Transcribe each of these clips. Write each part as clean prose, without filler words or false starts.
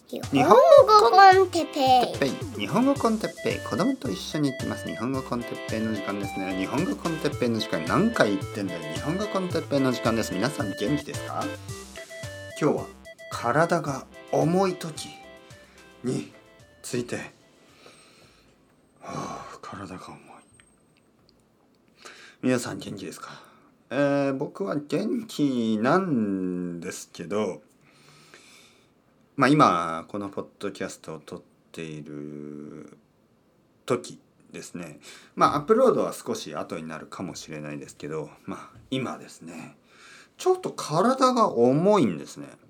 日本語コンテッペイ。 日本語コンテッペイ。子供と一緒に行きます。日本語コンテッペイの時間ですね。日本語コンテッペイの時間、何回言ってんだよ。日本語コンテッペイの時間です。皆さん元気ですか？今日は体が重い時について、体が重い。皆さん元気ですか？僕は元気なんですけど、今このポッドキャストを撮っている時ですね。アップロードは少し後になるかもしれないですけど、今ですね、ちょっと体が重いんですね。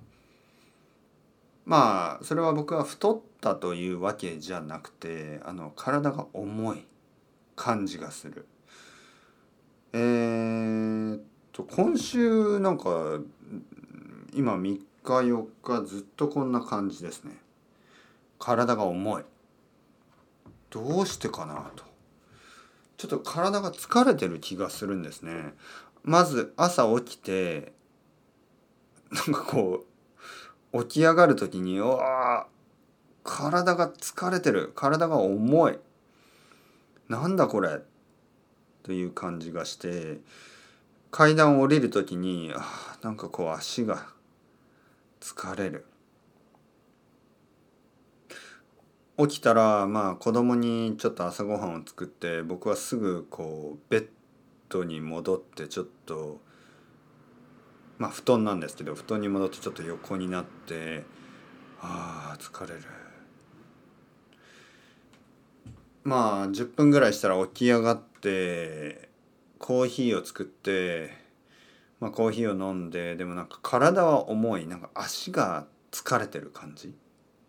それは僕は太ったというわけじゃなくて、体が重い感じがする。今週今3日4日ずっとこんな感じですね。体が重い。どうしてかなと。ちょっと体が疲れてる気がするんですね。まず朝起きて、起き上がるときに、体が疲れてる。体が重い。なんだこれという感じがして、階段を降りるときに、足が疲れる。起きたら子供にちょっと朝ごはんを作って、僕はすぐベッドに戻ってちょっと布団なんですけど、布団に戻ってちょっと横になって、疲れる。10分ぐらいしたら起き上がってコーヒーを作って、コーヒーを飲んで、でも体は重い。足が疲れてる感じ。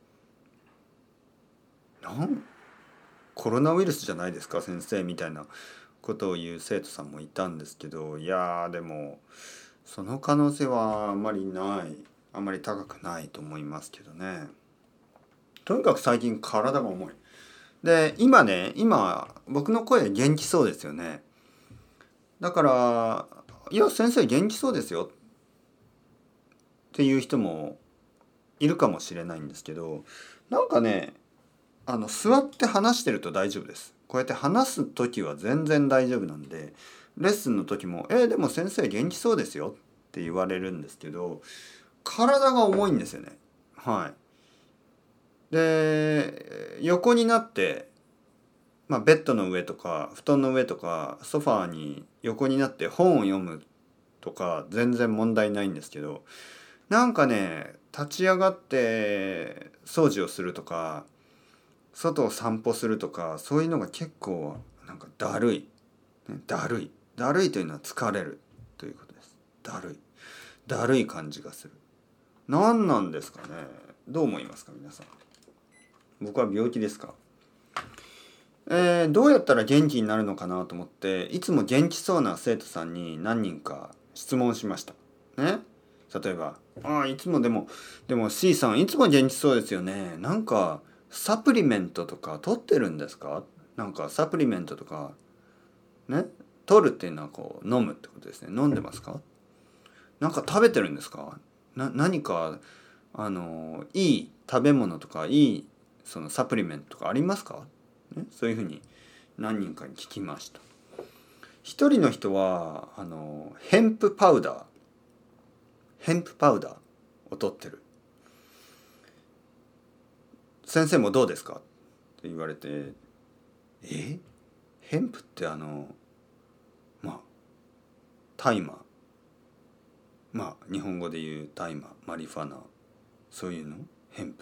コロナウイルスじゃないですか先生みたいなことを言う生徒さんもいたんですけど、でもその可能性はあんまり高くないと思いますけどね。とにかく最近体が重い。で今僕の声元気そうですよね。だから先生元気そうですよっていう人もいるかもしれないんですけど、座って話してると大丈夫です。こうやって話す時は全然大丈夫なんで、レッスンの時もでも先生元気そうですよって言われるんですけど、体が重いんですよね。で横になってベッドの上とか布団の上とかソファーに横になって本を読むとか全然問題ないんですけど、立ち上がって掃除をするとか外を散歩するとか、そういうのが結構だるい。だるいというのは疲れるということです。だるい感じがする。何なんですかね。どう思いますか皆さん。僕は病気ですか？どうやったら元気になるのかなと思って、いつも元気そうな生徒さんに何人か質問しましたね。例えばいつもでも C さんいつも元気そうですよね。サプリメントとか取ってるんですか？サプリメントとかね、取るっていうのは飲むってことですね。飲んでますか？食べてるんですか？何かいい食べ物とかいいそのサプリメントとかありますか？そういうふうに何人かに聞きました。一人の人はヘンプパウダーを取ってる。先生もどうですかって言われて、ヘンプって大麻、日本語で言う大麻、マリファナ、そういうのヘンプ、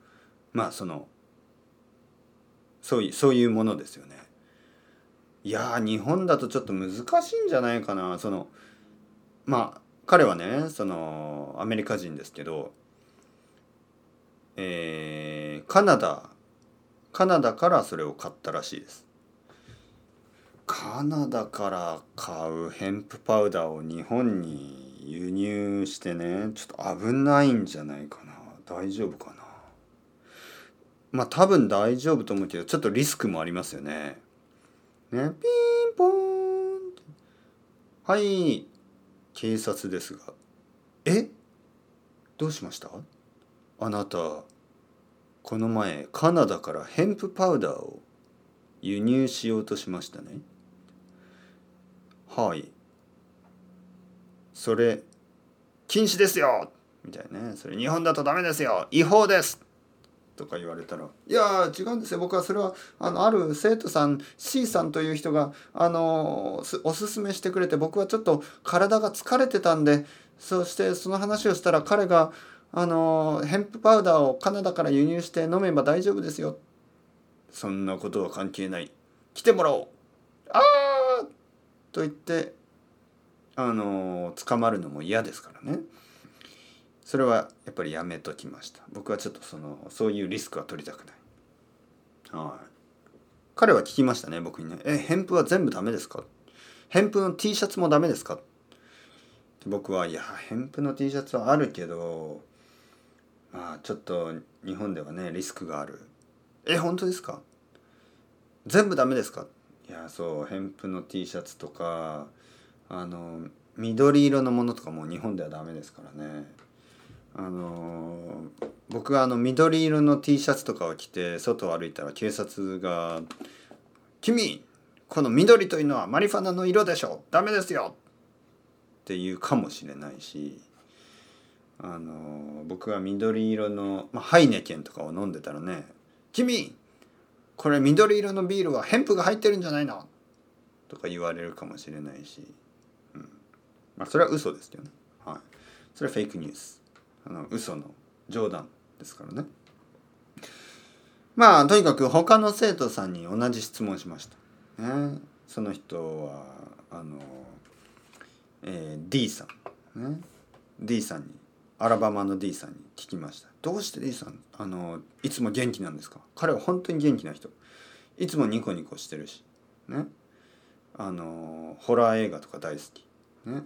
そういうものですよね。日本だとちょっと難しいんじゃないかな。彼はねアメリカ人ですけど、カナダからそれを買ったらしいです。カナダから買うヘンプパウダーを日本に輸入してね、ちょっと危ないんじゃないかな。大丈夫かな。多分大丈夫と思うけど、ちょっとリスクもありますよね。ピンポーン。はい、警察ですが。どうしました？あなたこの前カナダからヘンプパウダーを輸入しようとしましたね。はい。それ禁止ですよみたいなね。それ日本だとダメですよ、違法ですとか言われたら、いや違うんですよ、僕はそれはある生徒さん C さんという人がおすすめしてくれて、僕はちょっと体が疲れてたんで、そしてその話をしたら彼がヘンプパウダーをカナダから輸入して飲めば大丈夫ですよ。そんなことは関係ない、来てもらおう、あーと言って捕まるのも嫌ですからね。それはやっぱりやめときました。僕はちょっとそういうリスクは取りたくない。はい。彼は聞きましたね、僕にね。ヘンプは全部ダメですか？ヘンプの T シャツもダメですか？僕は、いや、ヘンプの T シャツはあるけど、まあちょっと日本ではね、リスクがある。本当ですか？全部ダメですか？いや、そう、ヘンプの T シャツとか、緑色のものとかも日本ではダメですからね。僕は緑色の T シャツとかを着て外を歩いたら、警察が君この緑というのはマリファナの色でしょ、ダメですよって言うかもしれないし、僕が緑色の、ハイネケンとかを飲んでたらね、君これ緑色のビールはヘンプが入ってるんじゃないのとか言われるかもしれないし、それは嘘ですよね。はい、それはフェイクニュース、嘘の冗談ですからね。とにかく他の生徒さんに同じ質問しました、ね。その人はD さん、ね、D さんに、アラバマの D さんに聞きました。どうして D さんいつも元気なんですか？彼は本当に元気な人、いつもニコニコしてるしね、ホラー映画とか大好きね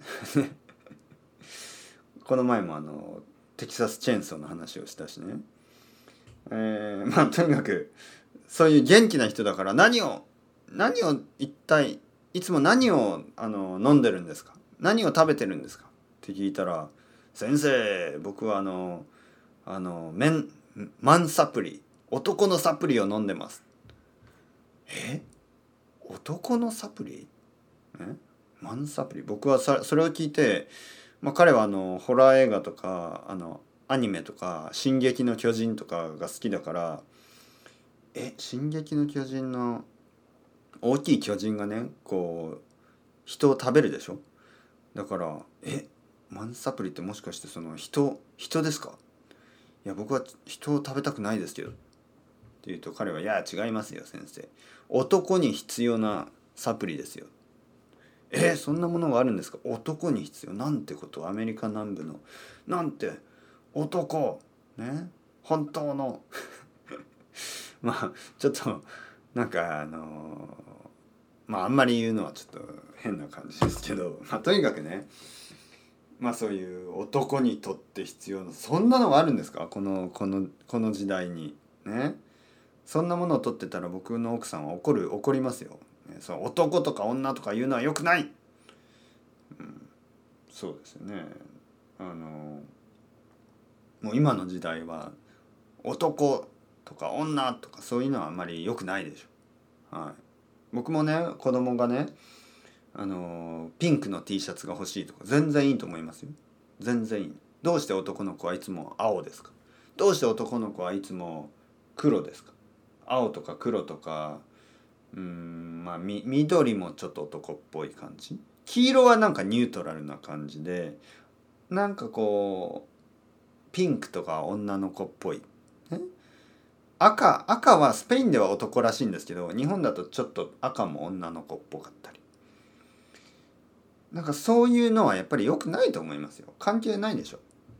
この前もテキサスチェーンソーの話をしたしね。とにかくそういう元気な人だから、何を一体いつも何を飲んでるんですか、何を食べてるんですかって聞いたら、先生僕はマンサプリ、男のサプリを飲んでます。男のサプリ？マンサプリ？僕はそれを聞いて、彼はホラー映画とかアニメとか進撃の巨人とかが好きだから、進撃の巨人の大きい巨人がね、こう人を食べるでしょ。だからマンサプリってもしかして人ですか？いや僕は人を食べたくないですけどって言うと、彼は、いや違いますよ先生、男に必要なサプリですよ。そんなものがあるんですか？男に必要なんてこと、アメリカ南部のなんて男ね、本当のちょっとなんかあんまり言うのはちょっと変な感じですけど、とにかくね、そういう男にとって必要な、そんなのがあるんですか？この時代にね。そんなものを取ってたら僕の奥さんは怒りますよ。男とか女とか言うのは良くない。そうですよね。もう今の時代は男とか女とかそういうのはあんまり良くないでしょ。はい。僕もね、子供がね、ピンクの T シャツが欲しいとか全然いいと思いますよ。全然いい。どうして男の子はいつも青ですか？どうして男の子はいつも黒ですか？青とか黒とか、緑もちょっと男っぽい感じ。黄色はなんかニュートラルな感じで、なんかこうピンクとか女の子っぽい。赤はスペインでは男らしいんですけど、日本だとちょっと赤も女の子っぽかったり。なんかそういうのはやっぱり良くないと思いますよ。関係ないでしょ。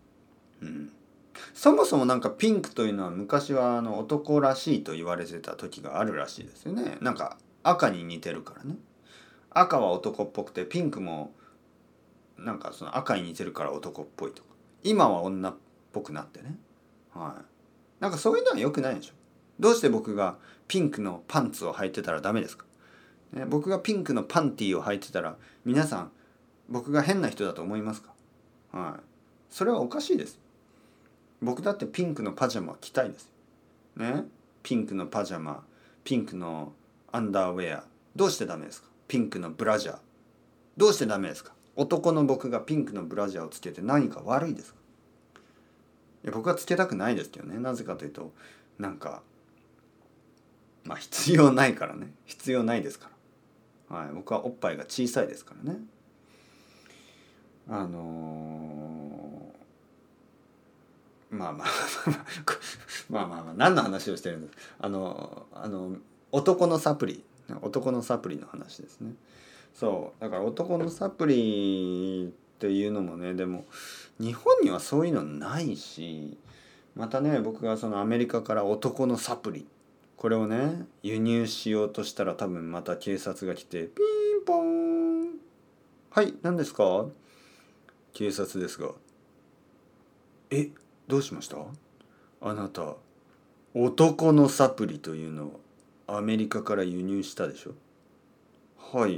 そもそもなんかピンクというのは昔は男らしいと言われてた時があるらしいですよね。なんか赤に似てるからね。赤は男っぽくて、ピンクもなんか赤に似てるから男っぽいとか、今は女っぽくなってね。なんかそういうのは良くないでしょ。どうして僕がピンクのパンツを履いてたらダメですか？僕がピンクのパンティーを履いてたら皆さん僕が変な人だと思いますか？それはおかしいです。僕だってピンクのパジャマは着たいです。 ね、ピンクのパジャマ、ピンクのアンダーウェア、どうしてダメですか？ピンクのブラジャー、どうしてダメですか？男の僕がピンクのブラジャーをつけて何か悪いですか？いや、僕はつけたくないですけどね。なぜかというと、なんか必要ないからね。必要ないですから。はい、僕はおっぱいが小さいですからね。まあまあ何の話をしてるんです。男のサプリの話ですね。そうだから男のサプリっていうのもね、でも日本にはそういうのないし、またね、僕がそのアメリカから男のサプリ、これをね輸入しようとしたら、多分また警察が来て、ピンポーン、はい何ですか？警察ですが、え、どうしました？あなた男のサプリというのをアメリカから輸入したでしょ？はい。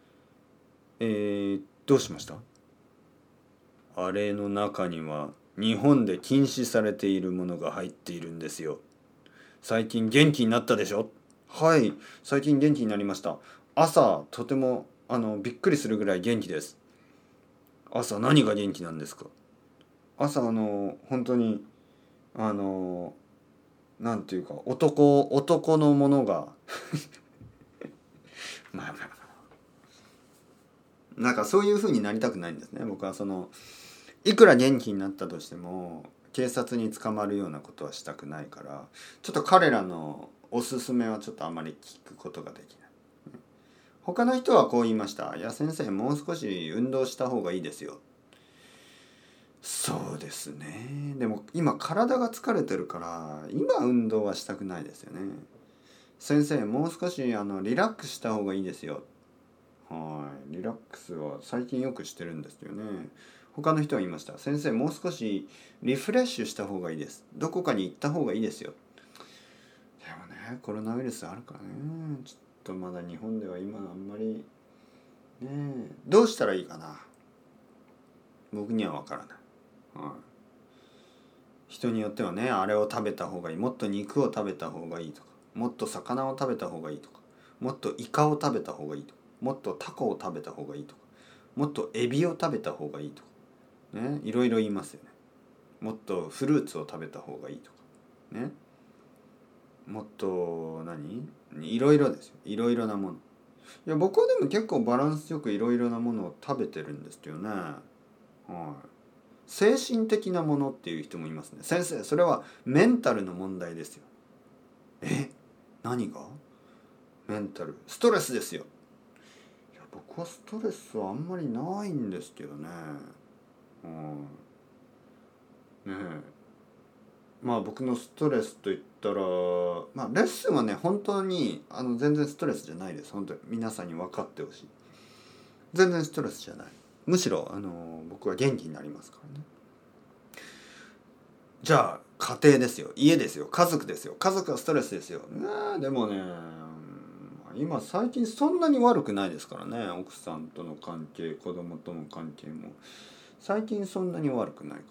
どうしました？あれの中には日本で禁止されているものが入っているんですよ。最近元気になったでしょ？はい、最近元気になりました。朝とてもびっくりするぐらい元気です。朝何が元気なんですか？朝本当にあのなんていうか、男のものがまあまあなんかそういう風になりたくないんですね。僕はそのいくら元気になったとしても警察に捕まるようなことはしたくないから、ちょっと彼らのおすすめはちょっとあまり聞くことができない。他の人はこう言いました。いや先生、もう少し運動した方がいいですよ。そうですね。でも今体が疲れてるから今運動はしたくないですよね。先生、もう少しリラックスした方がいいですよ。はい、リラックスは最近よくしてるんですよね。他の人は言いました。先生、もう少しリフレッシュした方がいいです。どこかに行った方がいいですよ。でもね、コロナウイルスあるからね、ちょっとまだ日本では今あんまりね、どうしたらいいかな。僕には分からない。はい、人によってはね、あれを食べた方がいい、もっと肉を食べた方がいいとか、もっと魚を食べた方がいいとか、もっとイカを食べた方がいいとか、もっとタコを食べた方がいいとか、もっとエビを食べた方がいいとかね、いろいろ言いますよね。もっとフルーツを食べた方がいいとかね、もっといろいろですよ。いろいろなもの。いや、僕はでも結構バランスよくいろいろなものを食べてるんですけどね。はい。精神的なものっていう人もいますね。先生、それはメンタルの問題ですよ。え、何が？メンタル、ストレスですよ。いや、僕はストレスはあんまりないんですけどね。ねえ、僕のストレスといったら、レッスンはね、本当に全然ストレスじゃないです。本当に皆さんに分かってほしい。全然ストレスじゃない。むしろ僕は元気になりますからね。じゃあ家庭ですよ、家ですよ、家族ですよ。家族はストレスですよ。でもね、今最近そんなに悪くないですからね。奥さんとの関係、子供との関係も最近そんなに悪くないから。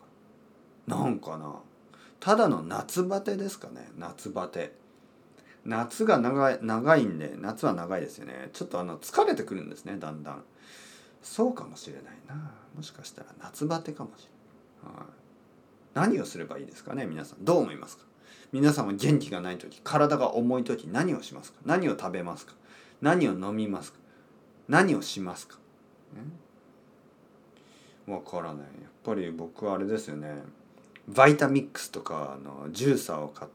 なんかな、ただの夏バテですかね。夏バテ。夏が長いんで、夏は長いですよね。ちょっと疲れてくるんですね、だんだん。そうかもしれないな。もしかしたら夏バテかもしれない。はい、何をすればいいですかね、皆さん。どう思いますか？皆さんは元気がない時、体が重い時、何をしますか？何を食べますか？何を飲みますか？何をしますか？わからない。やっぱり僕はあれですよね。バイタミックスとかのジューサーを買って、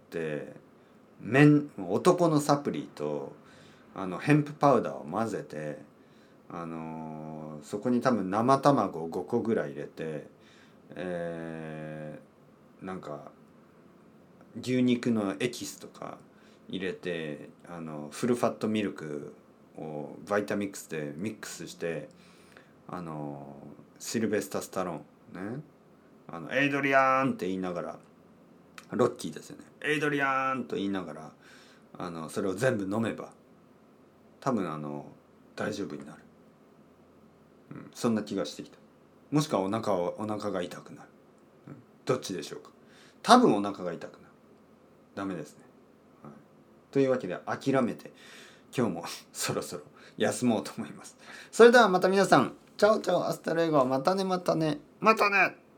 男のサプリとヘンプパウダーを混ぜて、そこに多分生卵を5個ぐらい入れて、なんか牛肉のエキスとか入れて、フルファットミルクをバイタミックスでミックスして、シルベスタ・スタローンね、エイドリアンって言いながら、ロッキーですよね、エイドリアンと言いながらそれを全部飲めば多分大丈夫になる、そんな気がしてきた。もしくはお腹が痛くなる、どっちでしょうか。多分お腹が痛くなる。 ダメですね、はい、というわけで諦めて今日もそろそろ休もうと思います。それではまた皆さん、チャオチャオアスタルエゴ、またねまたねまたね。